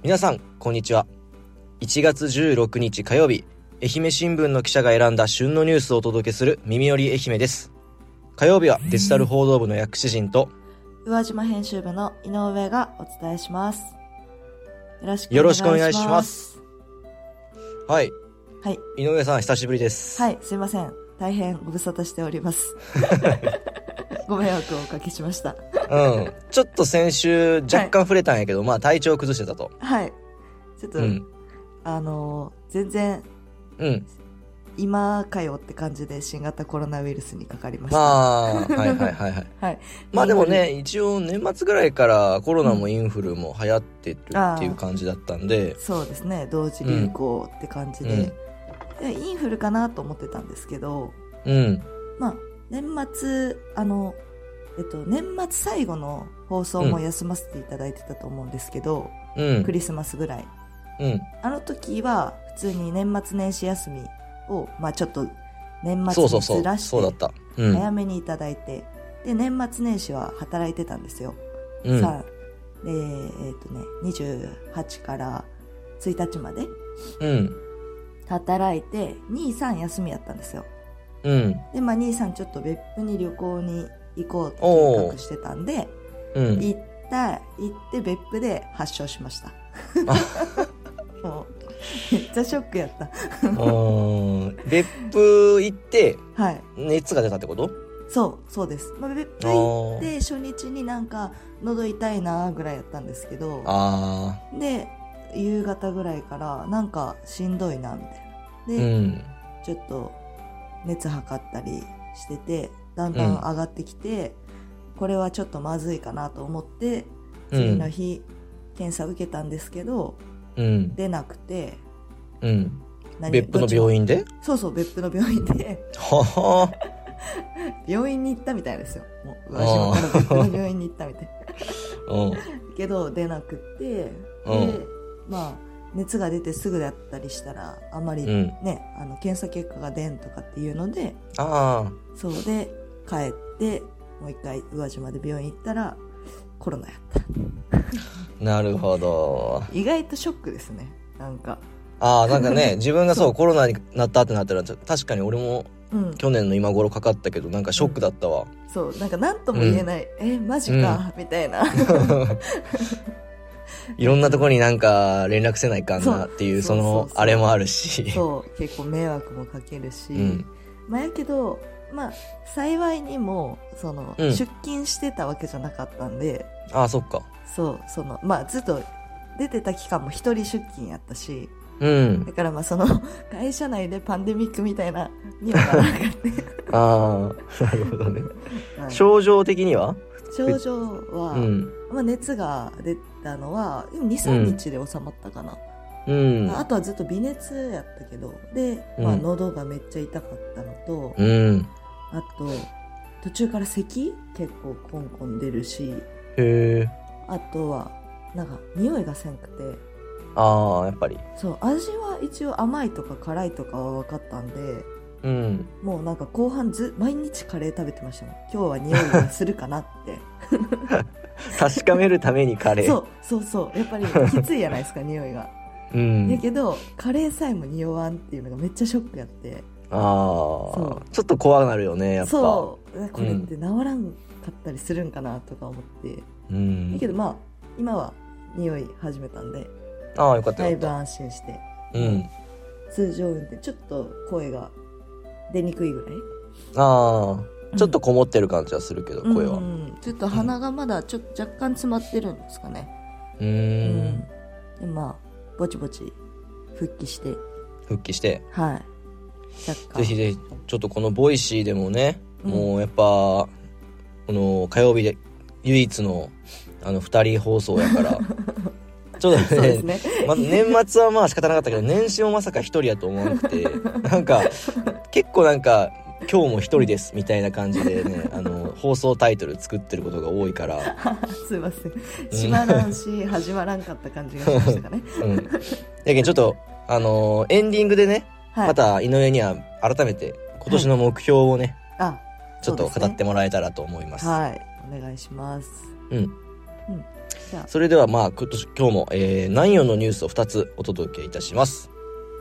皆さんこんにちは。1月16日火曜日、愛媛新聞の記者が選んだ旬のニュースをお届けする耳より愛媛です。火曜日はデジタル報道部の薬師陣と宇和島編集部の井上がお伝えします。 よろしくお願いします。はい、井上さん久しぶりです。 はい、すいません、大変ご無沙汰しておりますご迷惑をおかけしました。 ちょっと先週若干触れたんやけど、まあ体調崩してたと。はい、 ちょっと、全然今かよって感じで新型コロナウイルスにかかりました。はい、まあでもね、一応年末ぐらいからコロナもインフルも流行ってるっていう感じだったんで、 そうですね、同時流行って感じで、インフルかなと思ってたんですけど、まあ年末年末最後の放送も休ませていただいてたと思うんですけど、クリスマスぐらい、あの時は普通に年末年始休みを、まあちょっと年末にずらして早めにいただいて、で年末年始は働いてたんですよ。さあで28から1日まで働いて、23休みやったんですよ。でまあ23ちょっと別府に旅行に行こうって計画してたんで、行って別府で発症しましたもうめっちゃショックやった別府行って、熱が出たってこと？ そうです、まあ、別府行って初日になんか喉痛いなぐらいやったんですけど、で夕方ぐらいからなんかしんどいなみたいなで、ちょっと熱測ったりしててだんだん上がってきて、これはちょっとまずいかなと思って次の日、検査受けたんですけど、出なくて、 別府の病院で？ そう別府の病院で病院に行ったみたいですよ。もう宇和島から別府の病院に行ったみたいけど出なくて、でまあ熱が出てすぐだったりしたらあんまりね、検査結果が出んとかっていうので、そうで帰ってもう一回宇和島で病院行ったらコロナやったなるほど。 意外とショックですね。なんかね自分がコロナになったってなったら確かに俺も去年の今頃かかったけどなんかショックだったわ。 そうなんか何とも言えない、マジか、みたいな。 いろんなところになんか連絡せないかんなっていうあれもあるし、 そう結構迷惑もかけるし、まあやけどまあ幸いにも出勤してたわけじゃなかったんで、 そっか。 まあずっと出てた期間も一人出勤やったし、だからまあ会社内でパンデミックみたいなにはならなかったなるほどね。症状的には？ 症状は、まあ、熱が出たのは 2,3 日で収まったかな。あとはずっと微熱やったけど、で、まあ、喉がめっちゃ痛かったのと、あと途中から咳結構コンコン出るし、あとはなんか匂いがせんくて、 やっぱりそう味は一応甘いとか辛いとかは分かったんで、もうなんか後半毎日カレー食べてましたもん。今日は匂いがするかなって確かめるためにカレーそうやっぱりきついじゃないですか匂いが。だけどカレーさえも匂わんっていうのがめっちゃショックやって、 ちょっと怖くなるよねやっぱ。そうこれって治らんかったりするんかなとか思って、だけどまあ今は匂い始めたんでよかった。 だいぶ安心して、通常運転ちょっと声が出にくいぐらい、 ちょっとこもってる感じはするけど、声はちょっと鼻がまだちょっと若干詰まってるんですかね。でまあぼちぼち復帰して、 ぜひぜひちょっとこのボイシーでもね、もうやっぱこの火曜日で唯一の2人放送やからちょっとね、年末はまあ仕方なかったけど年始もまさか1人やと思わなくてなんか結構なんか今日も1人ですみたいな感じでね放送タイトル作ってることが多いからすいません、閉まらんし始まらんかった感じがしましたかねだけどちょっとエンディングでね、また井上には改めて今年の目標をね、ちょっと語ってもらえたらと思います。 お願いします。 それでは今日も、南陽のニュースを2つお届けいたします。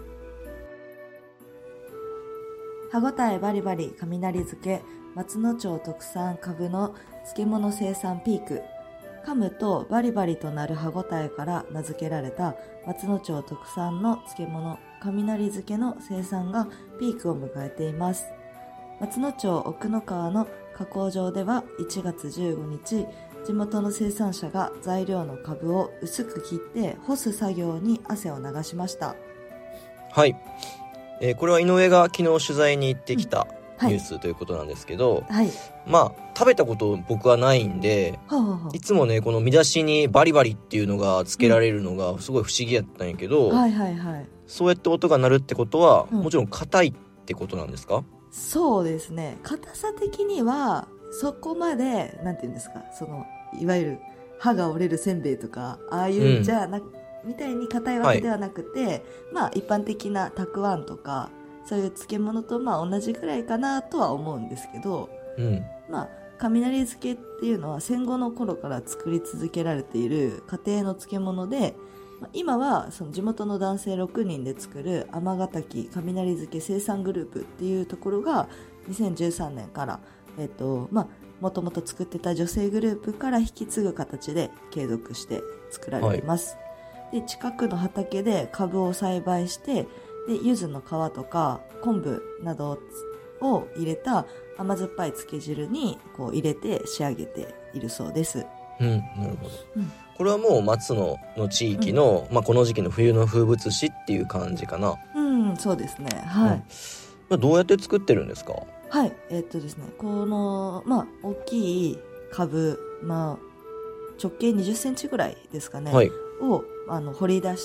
歯ごたえバリバリ雷漬け、松野町特産かぶの漬物生産ピーク。噛むとバリバリとなる歯ごたえから名付けられた松野町特産の漬物雷漬けの生産がピークを迎えています。松野町奥の川の加工場では1月15日、地元の生産者が材料のかぶを薄く切って干す作業に汗を流しました。 はい、これは井上が昨日取材に行ってきたニュースということなんですけど、 はい、 食べたこと僕はないんで、いつもねこの見出しにバリバリっていうのがつけられるのがすごい不思議やったんやけど、そうやって音が鳴るってことは、もちろん硬いってことなんですか？ そうですね、硬さ的にはそこまでなんていうんですか、いわゆる歯が折れるせんべいとかああいうじゃなみたいに硬いわけではなくて、一般的なたくあんとかそういう漬物と同じくらいかなとは思うんですけど、雷漬けっていうのは戦後の頃から作り続けられている家庭の漬物で、今はその地元の男性6人で作る尼崎雷漬け生産グループっていうところが2013年からもともと作ってた女性グループから引き継ぐ形で継続して作られています。で、近くの畑で株を栽培して、で柚子の皮とか昆布などを入れた甘酸っぱい漬け汁に入れて仕上げているそうです。 なるほど、これはもう松野の地域の、この時期の冬の風物詩っていう感じかな。 そうですね。 どうやって作ってるんですか？ ですね、この大きい株、直径20センチぐらいですかね、を掘り出して、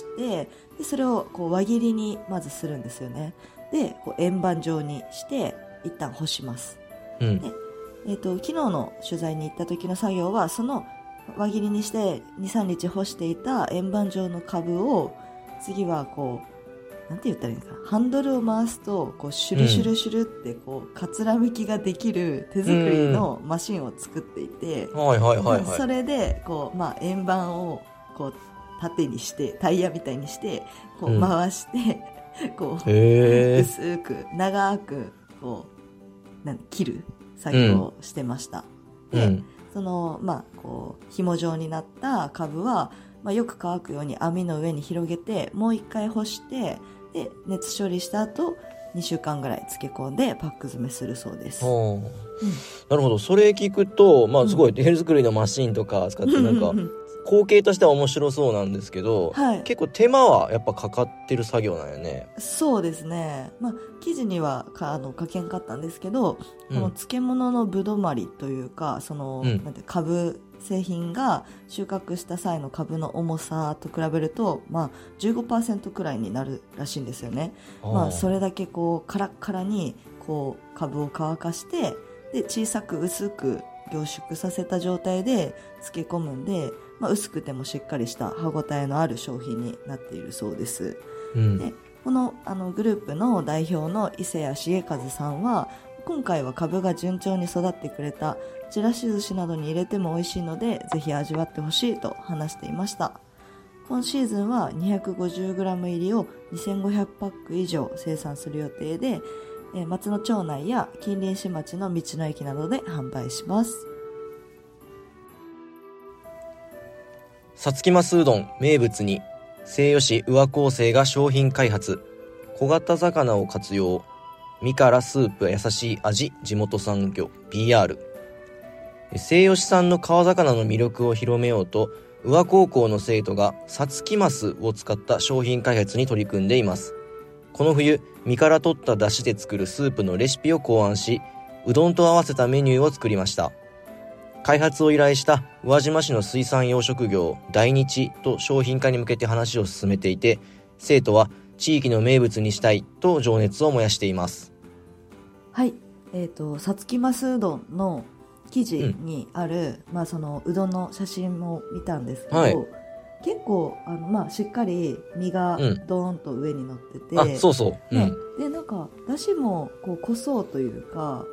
でそれを輪切りにまずするんですよね。で円盤状にして一旦干します。で昨日の取材に行った時の作業は、その輪切りにして 2,3 日干していた円盤状の株を、次はなんて言ったらいいのかな、ハンドルを回すとシュルシュルシュルってかつらむきができる手作りのマシンを作っていて、それで円盤を縦にしてタイヤみたいにして回して薄く長く切る作業をしてました。でその紐状になった株は、よく乾くように網の上に広げてもう一回干して、で熱処理した後2週間ぐらい漬け込んでパック詰めするそうです。 なるほど。それ聞くと、すごい手作りのマシンとか使ってなんか光景としては面白そうなんですけど、結構手間はやっぱかかってる作業なんよね。 そうですね。記事には書けんかったんですけど、この漬物のぶどまりというか、なんて株製品が収穫した際の株の重さと比べると、15% くらいになるらしいんですよね。それだけカラッカラに株を乾かして、で小さく薄く凝縮させた状態で漬け込むんで、薄くてもしっかりした歯ごたえのある商品になっているそうです。でこのグループの代表の伊勢谷重和さんは、今回は株が順調に育ってくれた、ちらし寿司などに入れても美味しいのでぜひ味わってほしいと話していました。今シーズンは 250g 入りを2500パック以上生産する予定で、松野町内や近隣市町の道の駅などで販売します。 さつきますうどん名物に西予市宇和高生が商品開発、小型魚を活用、身からスープや優しい味、地元産業 PR。 西予市産の川魚の魅力を広めようと、宇和高校の生徒がさつきますを使った商品開発に取り組んでいます。この冬、身から取った出汁で作るスープのレシピを考案し、うどんと合わせたメニューを作りました。開発を依頼した宇和島市の水産養殖業大日と商品化に向けて話を進めていて、生徒は地域の名物にしたいと情熱を燃やしています。 さつきますうどんの記事にある、そのうどんの写真も見たんですけど、結構しっかり身がドーンと上に乗ってて、 そうそう、 でなんかだしも濃そうというか、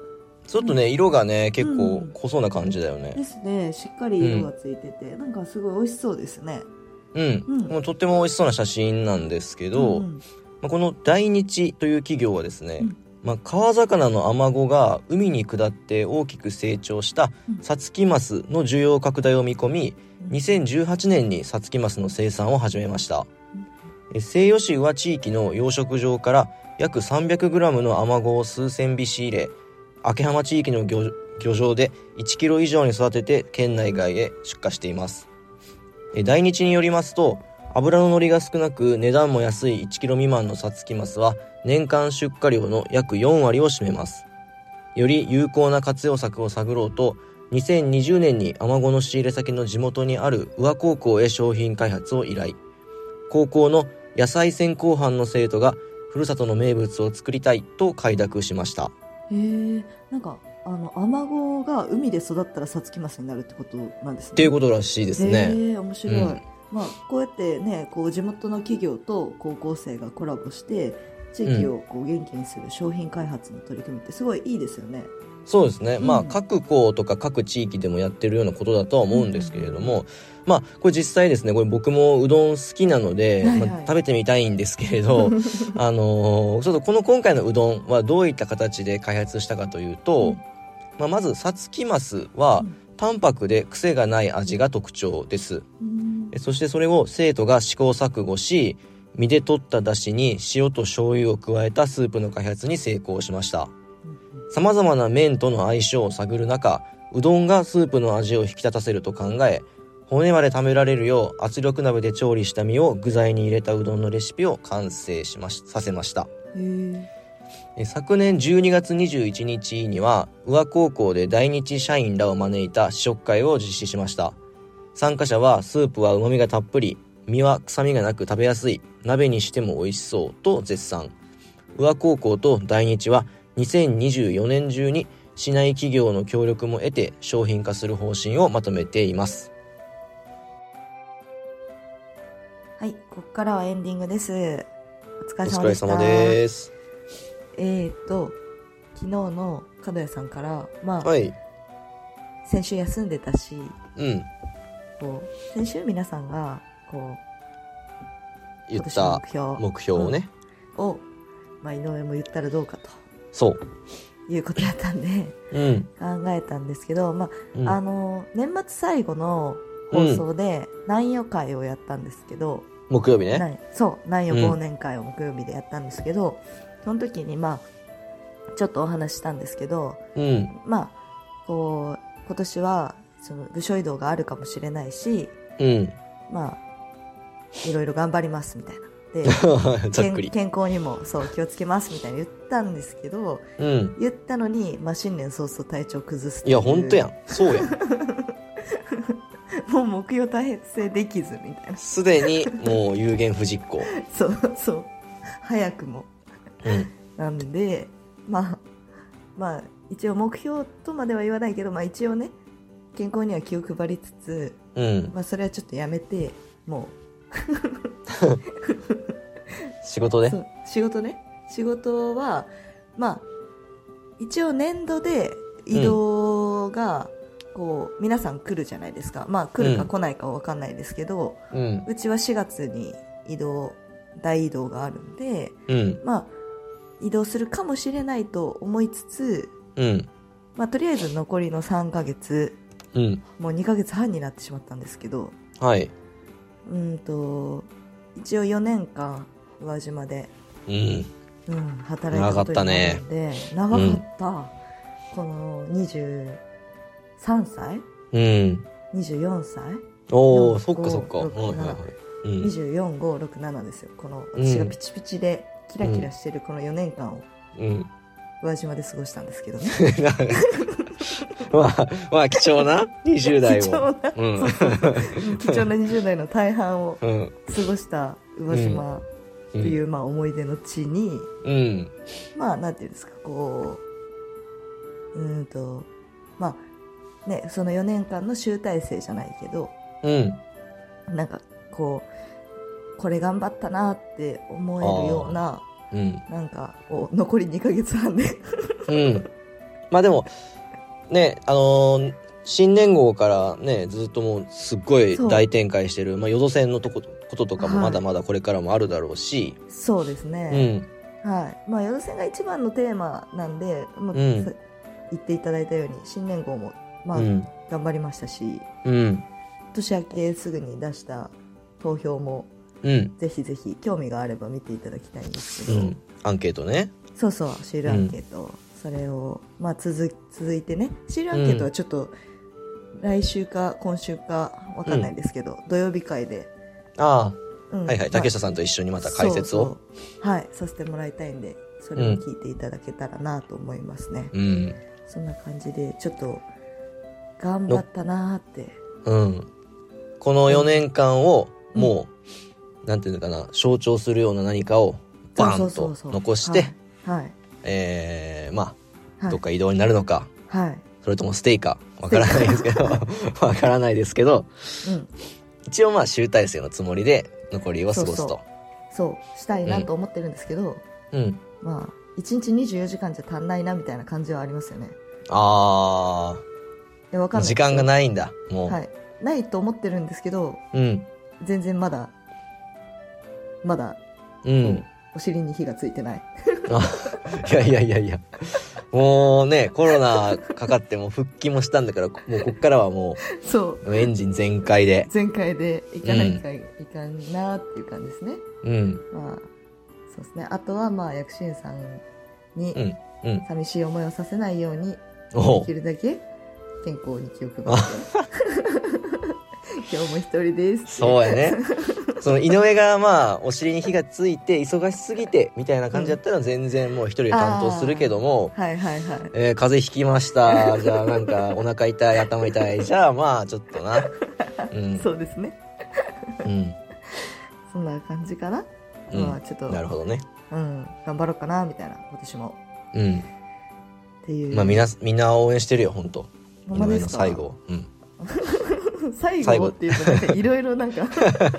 ちょっとね、色がね結構濃そうな感じだよね。 ですね。しっかり色がついてて、なんかすごい美味しそうですね。 もうとっても美味しそうな写真なんですけど、この大日という企業はですね、川魚のアマゴが海に下って大きく成長したサツキマスの需要拡大を見込み、2018年にサツキマスの生産を始めました。西予市宇和地域の養殖場から約 300g のアマゴを数千尾仕入れ、秋浜地域の 漁場で1キロ以上に育てて県内外へ出荷しています。大日によりますと、油の乗りが少なく値段も安い1キロ未満のサツキマスは年間出荷量の約4割を占めます。より有効な活用策を探ろうと、2020年にアマゴの仕入れ先の地元にある宇和高校へ商品開発を依頼。高校の野菜専攻班の生徒がふるさとの名物を作りたいと快諾しました。 なんかアマゴが海で育ったらサツキマスになるってことなんですね。 っていうことらしいですね。 面白い。こうやってね、こう地元の企業と高校生がコラボして地域をこう元気にする商品開発の取り組みってすごいいいですよね。 そうですね。各校とか各地域でもやってるようなことだとは思うんですけれども、これ実際ですね、これ僕もうどん好きなので、食べてみたいんですけれどちょっと今回のうどんはどういった形で開発したかというと、まずサツキマスは淡白で癖がない味が特徴です。そしてそれを生徒が試行錯誤し、身で取った出汁に塩と醤油を加えたスープの開発に成功しました。様々な麺との相性を探る中、うどんがスープの味を引き立たせると考え、骨まで食べられるよう圧力鍋で調理した身を具材に入れたうどんのレシピを完成させました。昨年12月21日には宇和高校で大日社員らを招いた試食会を実施しました。参加者はスープは旨味がたっぷり、身は臭みがなく食べやすい、鍋にしても美味しそうと絶賛。宇和高校と大日は2024年中に市内企業の協力も得て商品化する方針をまとめています。 はい、ここからはエンディングです。お疲れ様でした。お疲れ様です。 昨日の角谷さんから、先週休んでたし、先週皆さんが言った目標をね、 を、井上も言ったらどうかとそういうことだったんで、考えたんですけど、年末最後の放送で南予会をやったんですけど、 木曜日ね、 南予忘年会を木曜日でやったんですけど、その時にちょっとお話したんですけど、今年はその部署移動があるかもしれないし、いろいろ頑張りますみたいなでざっくり健康にも気をつけますみたいに言ったんですけど、言ったのに、新年早々体調崩すっていう。 いや本当やん、そうやんもう目標達成できずみたいな、 すでにもう有言不実行そう早くも、なんで一応目標とまでは言わないけど、一応ね健康には気を配りつつ、それはちょっとやめて、もう仕事で仕事は一応年度で移動が皆さん来るじゃないですか。来るか来ないかは分かんないですけど、うちは4月に大移動があるんで、移動するかもしれないと思いつつ、とりあえず残りの3ヶ月、もう2ヶ月半になってしまったんですけど、一応4年間宇和島で、働いたことになるので、長かった、この23歳、24歳、 そっかそっか、 24、5、6、7ですよ。この私がピチピチでキラキラしてるこの4年間を宇和島で過ごしたんですけどね貴重な20代を貴重な20代の大半を過ごした宇和島という思い出の地に、なんていうんですか、その4年間の集大成じゃないけど、なんかこれ頑張ったなって思えるような、なんか残り2ヶ月半でまあでもね、新年号からねずっともうすっごい大展開してる、まあ、淀線のこととかもまだまだこれからもあるだろうし、 はい、そうですね、はい、まあ淀線が一番のテーマなんで、まあ言っていただいたように新年号もまあ頑張りましたし、年明けすぐに出した投票もぜひぜひ興味があれば見ていただきたいんですけど、 アンケートね、 そうシールアンケート、それを、まあ、続いてね、シールアンケートはちょっと来週か今週か分かんないですけど、土曜日会ではいはい、竹下さんと一緒にまた解説をはいさせてもらいたいんで、それを聞いていただけたらなと思いますね、そんな感じでちょっと頑張ったなーって、 この4年間をもう、なんていうのかな、象徴するような何かをバーンと残して、まあ、どっか移動になるのか、それともステイかわからないですけどわからないですけど、一応まあ集大成のつもりで残りを過ごすと、 そうしたいなと思ってるんですけど、まあ1日24時間じゃ足んないなみたいな感じはありますよね。 わかんない、時間がないんだもう、ないと思ってるんですけど、全然まだお尻に火がついてないいやもうね、コロナかかっても復帰もしたんだから、もうこっからはもうエンジン全開でいかないかいかんなっていう感じですね。まあそうですね。あとはまあ薬師院さんに寂しい思いをさせないように、できるだけ健康に気を配って今日も一人ですそうやねその井上がまあお尻に火がついて忙しすぎてみたいな感じだったら全然もう一人で担当するけども、風邪ひきましたじゃあなんかお腹痛い頭痛いじゃあまあちょっとな、 そうですねそんな感じかな、まあちょっとなるほどね、 頑張ろうかなみたいな、私もっていう、 まあみんな応援してるよ本当。井上の最後、 最後っていうとなんかいろいろなんか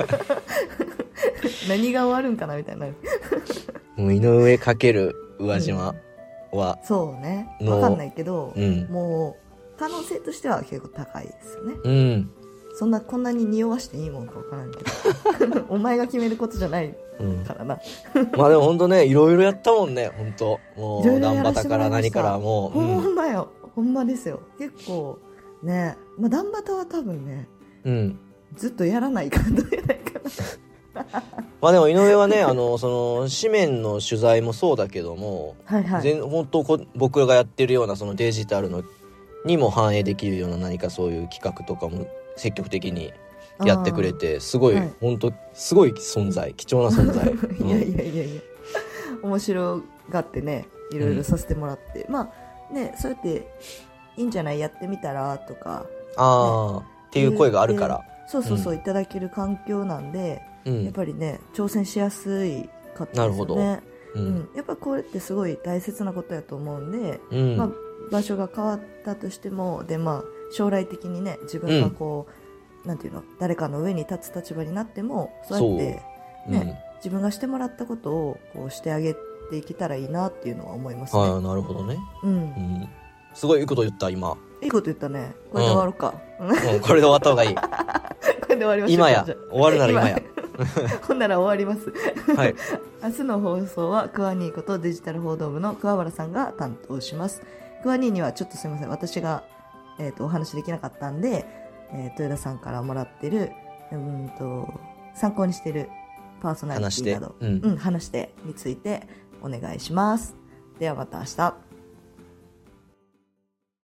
何が終わるんかなみたいなもう井上×宇和島は、 そうね、分かんないけど、もう可能性としては結構高いですよね、こんなに匂わしていいもんか分からんけどお前が決めることじゃないからな、 まあでも本当ね、いろいろやったもんね、本当もうダンバタから何からもう、 ほんまよ、ほんまですよ、結構ね、まあ、ダンバタは多分ね、ずっとやらないかんじゃないかなまあでも井上はね、その紙面の取材もそうだけども、本当僕らがやってるようなそのデジタルのにも反映できるような何かそういう企画とかも積極的にやってくれて、すごい、本当すごい存在、貴重な存在いや面白がってね、いろいろさせてもらって、まあね、そうやっていいんじゃない、やってみたらとか、 っていう声があるから、 いただける環境なんで、やっぱりね挑戦しやすいかったですよね。やっぱこれってすごい大切なことやと思うんで、まあ、場所が変わったとしてもで、まあ、将来的にね自分がこう、なんていうの、誰かの上に立つ立場になってもそうやってね、自分がしてもらったことをこうしてあげていけたらいいなっていうのは思いますね。 なるほどね、すごいいいこと言った。今いいこと言ったね。これで終わろうか、 これで終わった方がいいこれで終わりましょう。 今や終わるなら今やほんなら終わります。明日の放送はクワニーことデジタル報道部の桑原さんが担当します。クワニーにはちょっとすみません、私が、お話できなかったんで、豊田さんからもらってる、参考にしてるパーソナリティなど話してについてお願いします。ではまた明日。